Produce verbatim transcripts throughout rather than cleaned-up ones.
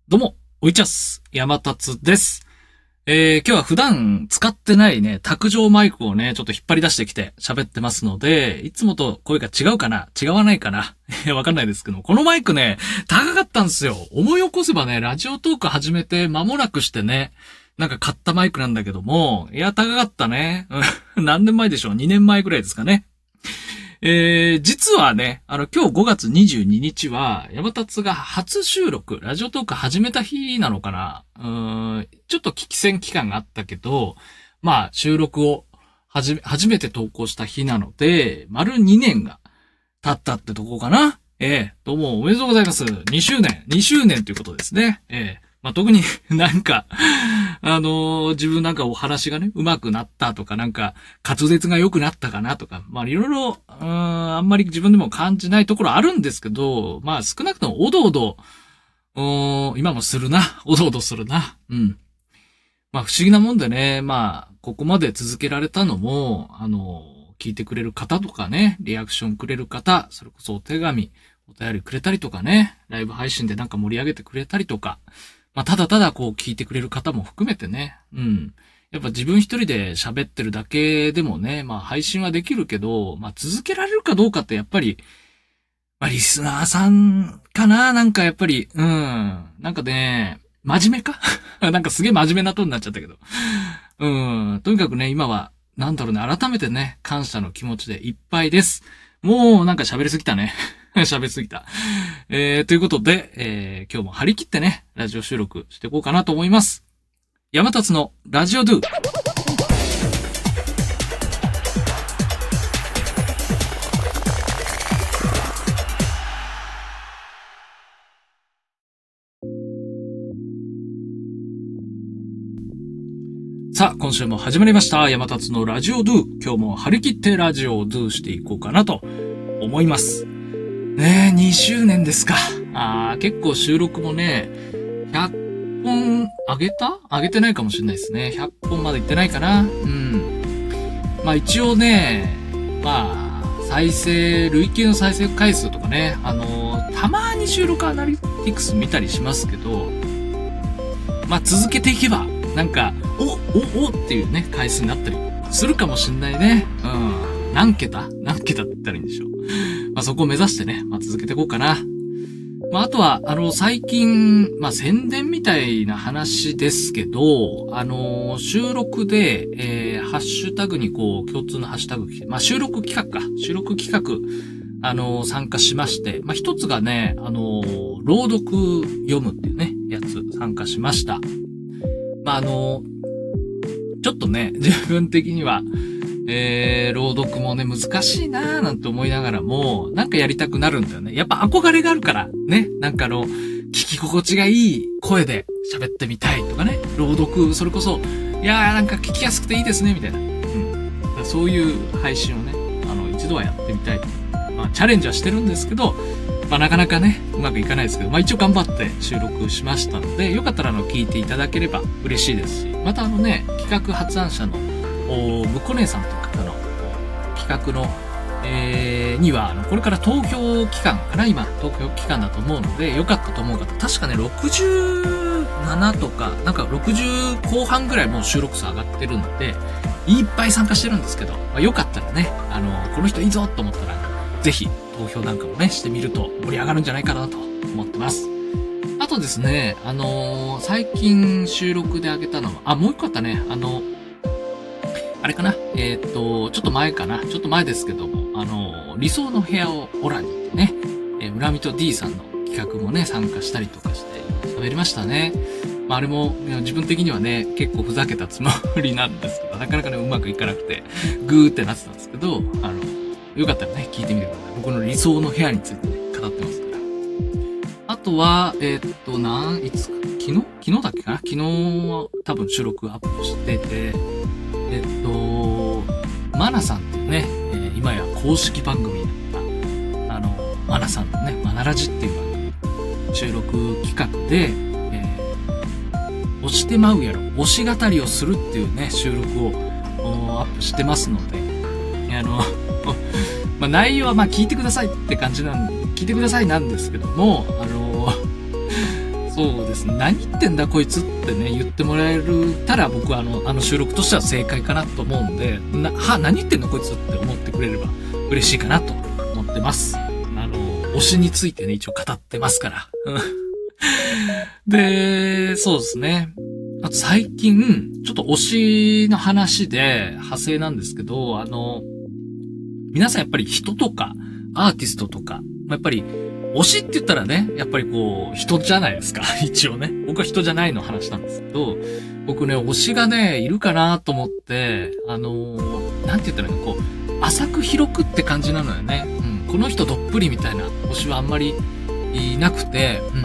どうも、おいちゃす、山達です。えー、今日は普段使ってないね、卓上マイクをね、ちょっと引っ張り出してきて喋ってますので、いつもと声が違うかな違わないかなわかんないですけど、このマイクね、高かったんですよ。思い起こせばね、ラジオトーク始めて間もなくしてね、なんか買ったマイクなんだけども、いや、高かったね。何年前でしょう ?に 年前ぐらいですかね。えー、実はね、あの、今日ごがつにじゅうににちは、山達が初収録、ラジオトーク始めた日なのかなうーん、ちょっと危機戦期間があったけど、まあ、収録をはじめ、初めて投稿した日なので、丸にねんが経ったってとこかなえー、どうもおめでとうございます。にしゅうねん、にしゅうねんということですね。えーまあ、特になんか、あのー、自分なんかお話がね、上手くなったとか、なんか、滑舌が良くなったかなとか、まあ、いろいろ、うーん、あんまり自分でも感じないところあるんですけど、まあ、少なくともおどおど、うーん、今もするな。おどおどするな。うん。まあ、不思議なもんでね、まあ、ここまで続けられたのも、あのー、聞いてくれる方とかね、リアクションくれる方、それこそお手紙、お便りくれたりとかね、ライブ配信でなんか盛り上げてくれたりとか、まあ、ただただこう聞いてくれる方も含めてね、うん。やっぱ自分一人で喋ってるだけでもね、まあ配信はできるけど、まあ続けられるかどうかってやっぱり、まあリスナーさんかななんかやっぱり、うん。なんかね、真面目かなんかすげえ真面目なトーンになっちゃったけど。うん。とにかくね、今は、なんだろうね、改めてね、感謝の気持ちでいっぱいです。もうなんか喋りすぎたね。喋りすぎた。えー、ということで、えー、今日も張り切ってね、ラジオ収録していこうかなと思います。山達のラジオドゥ。さあ、今週も始まりました。山達のラジオドゥ。今日も張り切ってラジオをドゥしていこうかなと思います。ねえ、にしゅうねんですか。あー、結構収録もね、ひゃっぽん上げた上げてないかもしれないですね。ひゃっぽんまでいってないかな。うん。まあ一応ね、まあ、再生、累計の再生回数とかね、あのー、たまに収録アナリティクス見たりしますけど、まあ続けていけば、なんか、お、お、おっていうね、回数になったりするかもしんないね。うん。何桁何桁って言ったらいいんでしょう。まあそこを目指してね、まあ続けていこうかな。まああとは、あの、最近、まあ宣伝みたいな話ですけど、あの、収録で、えー、ハッシュタグにこう、共通のハッシュタグ、まあ収録企画か。収録企画、あの、参加しまして、まあ一つがね、あの、朗読読むっていうね、やつ参加しました。まああの、ちょっとね、自分的には、えー、朗読もね、難しいなーなんて思いながらも、なんかやりたくなるんだよね。やっぱ憧れがあるから、ね。なんかあの、聞き心地がいい声で喋ってみたいとかね。朗読、それこそ、いやーなんか聞きやすくていいですね、みたいな。うん。そういう配信をね、あの、一度はやってみたい。まあ、チャレンジはしてるんですけど、まあ、なかなかね、うまくいかないですけど、まあ、一応頑張って収録しましたので、よかったらあの、聞いていただければ嬉しいですし、またあのね、企画発案者の、おむこ姉さんとかの企画の、えー、には、あの、これから投票期間かな今、投票期間だと思うので、よかったと思う方、確かね、ろくじゅうななとか、なんかろくじゅうこう半ぐらいもう収録数上がってるので、いっぱい参加してるんですけど、まあ、よかったらね、あの、この人いいぞと思ったら、ぜひ投票なんかもね、してみると盛り上がるんじゃないかなと思ってます。あとですね、あのー、最近収録で上げたのは、あ、もう一個あったね、あの、あれかなえっと、ちょっと前かなちょっと前ですけども、あの、理想の部屋をオラにってね、えー、村人 D さんの企画もね、参加したりとかして喋りましたね。まあ、あれも、自分的にはね、結構ふざけたつもりなんですけど、なかなかね、うまくいかなくて、ぐーってなってたんですけど、あの、よかったらね、聞いてみてください。僕の理想の部屋についてね、語ってますから。あとは、えー、っと、なん、いつか、昨日昨日だっけかな昨日は多分収録アップしてて、えっと、マナさんっていうね、えー、今や公式番組になった、あの、マナさんのね、マナラジっていう番組、収録企画で、えー、押してまうやろ、推し語りをするっていうね、収録をアップしてますので、あの、まあ、内容はまあ聞いてくださいって感じなん、聞いてくださいなんですけども、あの、そうですですね、何言ってんだこいつってね、言ってもらえるたら僕はあの、あの収録としては正解かなと思うんで、な、は、何言ってんのこいつって思ってくれれば嬉しいかなと思ってます。あの、推しについてね、一応語ってますから。で、そうですね。あと最近、ちょっと推しの話で派生なんですけど、あの、皆さんやっぱり人とかアーティストとか、やっぱり推しって言ったらね、やっぱりこう、人じゃないですか。一応ね。僕は人じゃないの話なんですけど、僕ね、推しがね、いるかなと思って、あのー、なんて言ったらいいの、こう、浅く広くって感じなのよね。うん。この人どっぷりみたいな推しはあんまりいなくて、うん。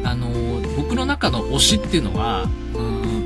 あのー、僕の中の推しっていうのは、うん、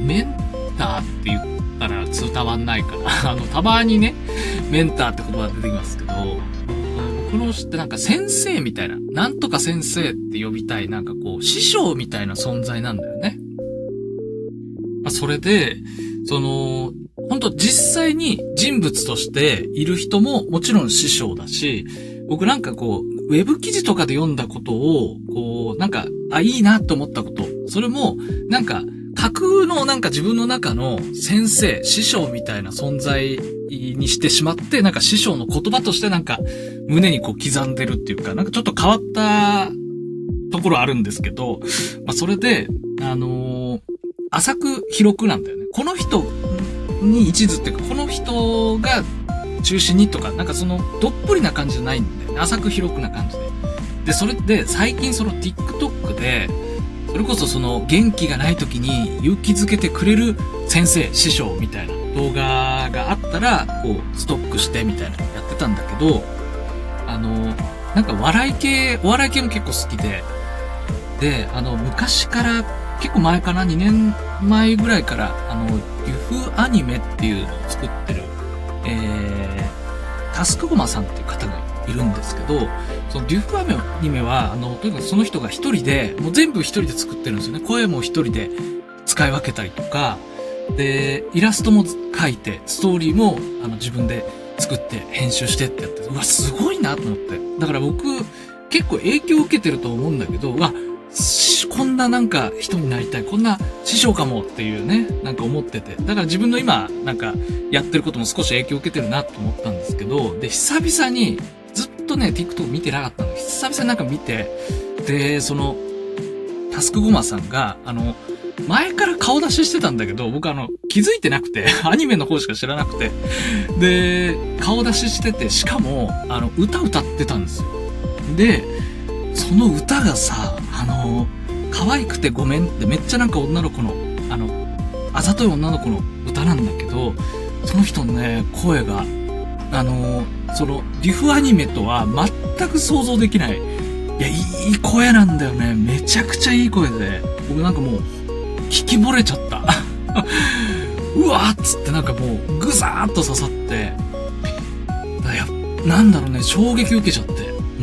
メンターって言ったら伝わんないかな。あの、たまにね、メンターって言葉が出てきますけど、この推しってなんか先生みたいな、なんとか先生って呼びたい、なんかこう、師匠みたいな存在なんだよね。まあ、それで、その、本当実際に人物としている人ももちろん師匠だし、僕なんかこう、ウェブ記事とかで読んだことを、こう、なんか、あ、いいなと思ったこと、それも、なんか、架空のなんか自分の中の先生、師匠みたいな存在にしてしまって、なんか師匠の言葉としてなんか胸にこう刻んでるっていうか、なんかちょっと変わったところあるんですけど、まあそれで、あのー、浅く広くなんだよね。この人に一途っていうか、この人が中心にとか、なんかそのどっぷりな感じじゃないんだよね。浅く広くな感じで。で、それで最近その TikTok で、それこそその元気がない時に勇気づけてくれる先生、師匠みたいな動画があったら、こう、ストックしてみたいなのやってたんだけど、あの、なんか笑い系、お笑い系も結構好きで、で、あの、昔から、結構前かな、にねんまえぐらいから、あの、デュフアニメっていうのを作ってる、えー、タスクゴマさんっていう方がいるんですけど、そのデュフアニメは、あの、とにかくその人が一人で、もう全部一人で作ってるんですよね。声も一人で使い分けたりとか、で、イラストも描いて、ストーリーも、あの、自分で作って編集してってやって、うわ、すごいなと思って。だから僕、結構影響を受けてると思うんだけど、うわ、こんななんか人になりたい、こんな師匠かもっていうね、なんか思ってて。だから自分の今、なんかやってることも少し影響を受けてるなと思ったんですけど、で、久々に、ずっとね、TikTok 見てなかったので、久々になんか見て、で、その、タスクゴマさんが、あの、前から顔出ししてたんだけど、僕あの、気づいてなくて、アニメの方しか知らなくて、で、顔出ししてて、しかも、あの、歌歌ってたんですよ。で、その歌がさ、あの、可愛くてごめんってめっちゃなんか女の子の、あの、あざとい女の子の歌なんだけど、その人のね、声が、あの、その、デュフアニメとは全く想像できない。いや、いい声なんだよね。めちゃくちゃいい声で、僕なんかもう、聞き惚れちゃった。うわーっつってなんかもう、ぐさーっと刺さって、だやなんだろうね、衝撃受けちゃって。うん。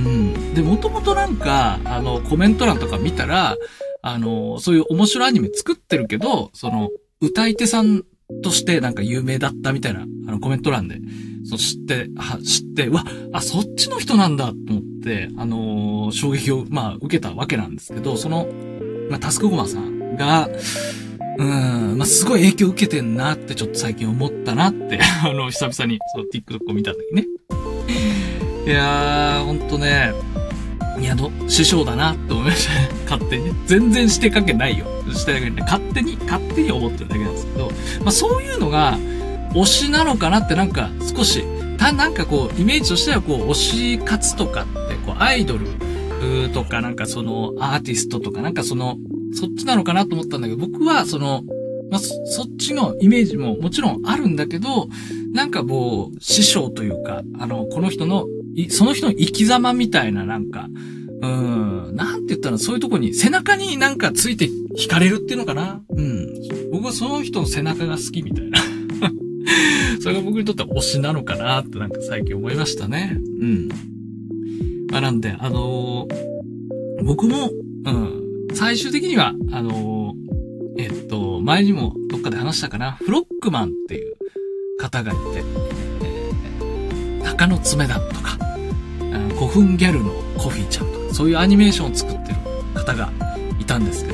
で、もともとなんか、あの、コメント欄とか見たら、あの、そういう面白いアニメ作ってるけど、その、歌い手さんとしてなんか有名だったみたいな、あの、コメント欄で、そう知って、は、知って、うわ、あ、そっちの人なんだと思って、あのー、衝撃を、まあ、受けたわけなんですけど、その、まあ、タスクゴマさんが、うーん、まあ、すごい影響を受けてんなってちょっと最近思ったなって、あの、久々に、そう、TikTok を見た時ね。いやー、ほんとね、いや、ど、師匠だなって思いましたね。勝手にね。全然してかけないよ。してかけない。勝手に、勝手に思ってるだけなんですけど、まあ、そういうのが、推しなのかなってなんか少し、た、なんかこう、イメージとしてはこう、推し活とかって、こう、アイドルとかなんかその、アーティストとかなんかその、そっちなのかなと思ったんだけど、僕はその、まあ、そ、そっちのイメージももちろんあるんだけど、なんかもう、師匠というか、あの、この人の、その人の生き様みたいななんか、うーん、なんて言ったらそういうとこに、背中になんかついて惹かれるっていうのかな。うん。僕はその人の背中が好きみたいな。それが僕にとっては推しなのかなってなんか最近思いましたね。うん。まあ、なんで、あのー、僕も、うん、最終的には、あのー、えっと、前にもどっかで話したかな、フロックマンっていう方がいて、えー、鷹の爪だとか、ごふんギャルのコフィーちゃんとか、そういうアニメーションを作ってる方がいたんですけど、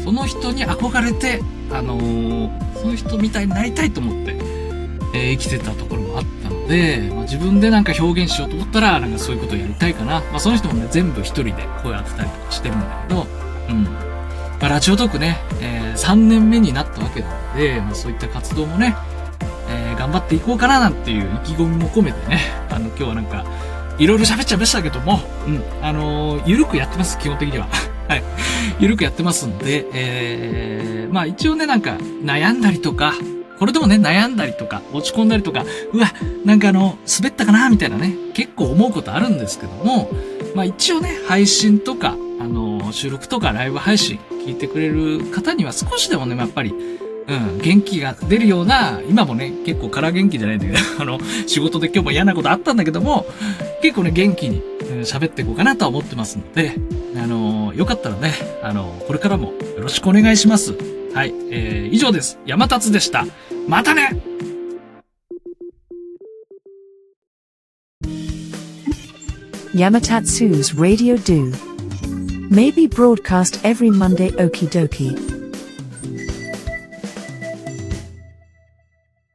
その人に憧れて、あのー、その人みたいになりたいと思って、えー、生きてたところもあったので、まあ、自分でなんか表現しようと思ったら、なんかそういうことをやりたいかな。まあ、その人もね、全部一人で声当てたりとかしてるんだけど、うん。まあ、ラジオトークね、えー、さんねんめになったわけなので、まあ、そういった活動もね、えー、頑張っていこうかななんていう意気込みも込めてね、あの、今日はなんか、いろいろ喋っちゃいましたけども、うん、あのー、ゆるくやってます、基本的には。はい。ゆるくやってますんで、えー、まあ一応ね、なんか、悩んだりとか、これでもね、悩んだりとか、落ち込んだりとか、うわ、なんかあの、滑ったかなみたいなね、結構思うことあるんですけども、まあ一応ね、配信とか、あの、収録とかライブ配信聞いてくれる方には少しでもね、やっぱり、うん、元気が出るような、今もね、結構空元気じゃないんだけど、あの、仕事で今日も嫌なことあったんだけども、結構ね、元気に喋、うん、っていこうかなとは思ってますので、あの、よかったらね、あの、これからもよろしくお願いします。はい、えー、以上です。山達でした。またね Yamatatsu's Radio Do may be broadcast every Monday okie dokie.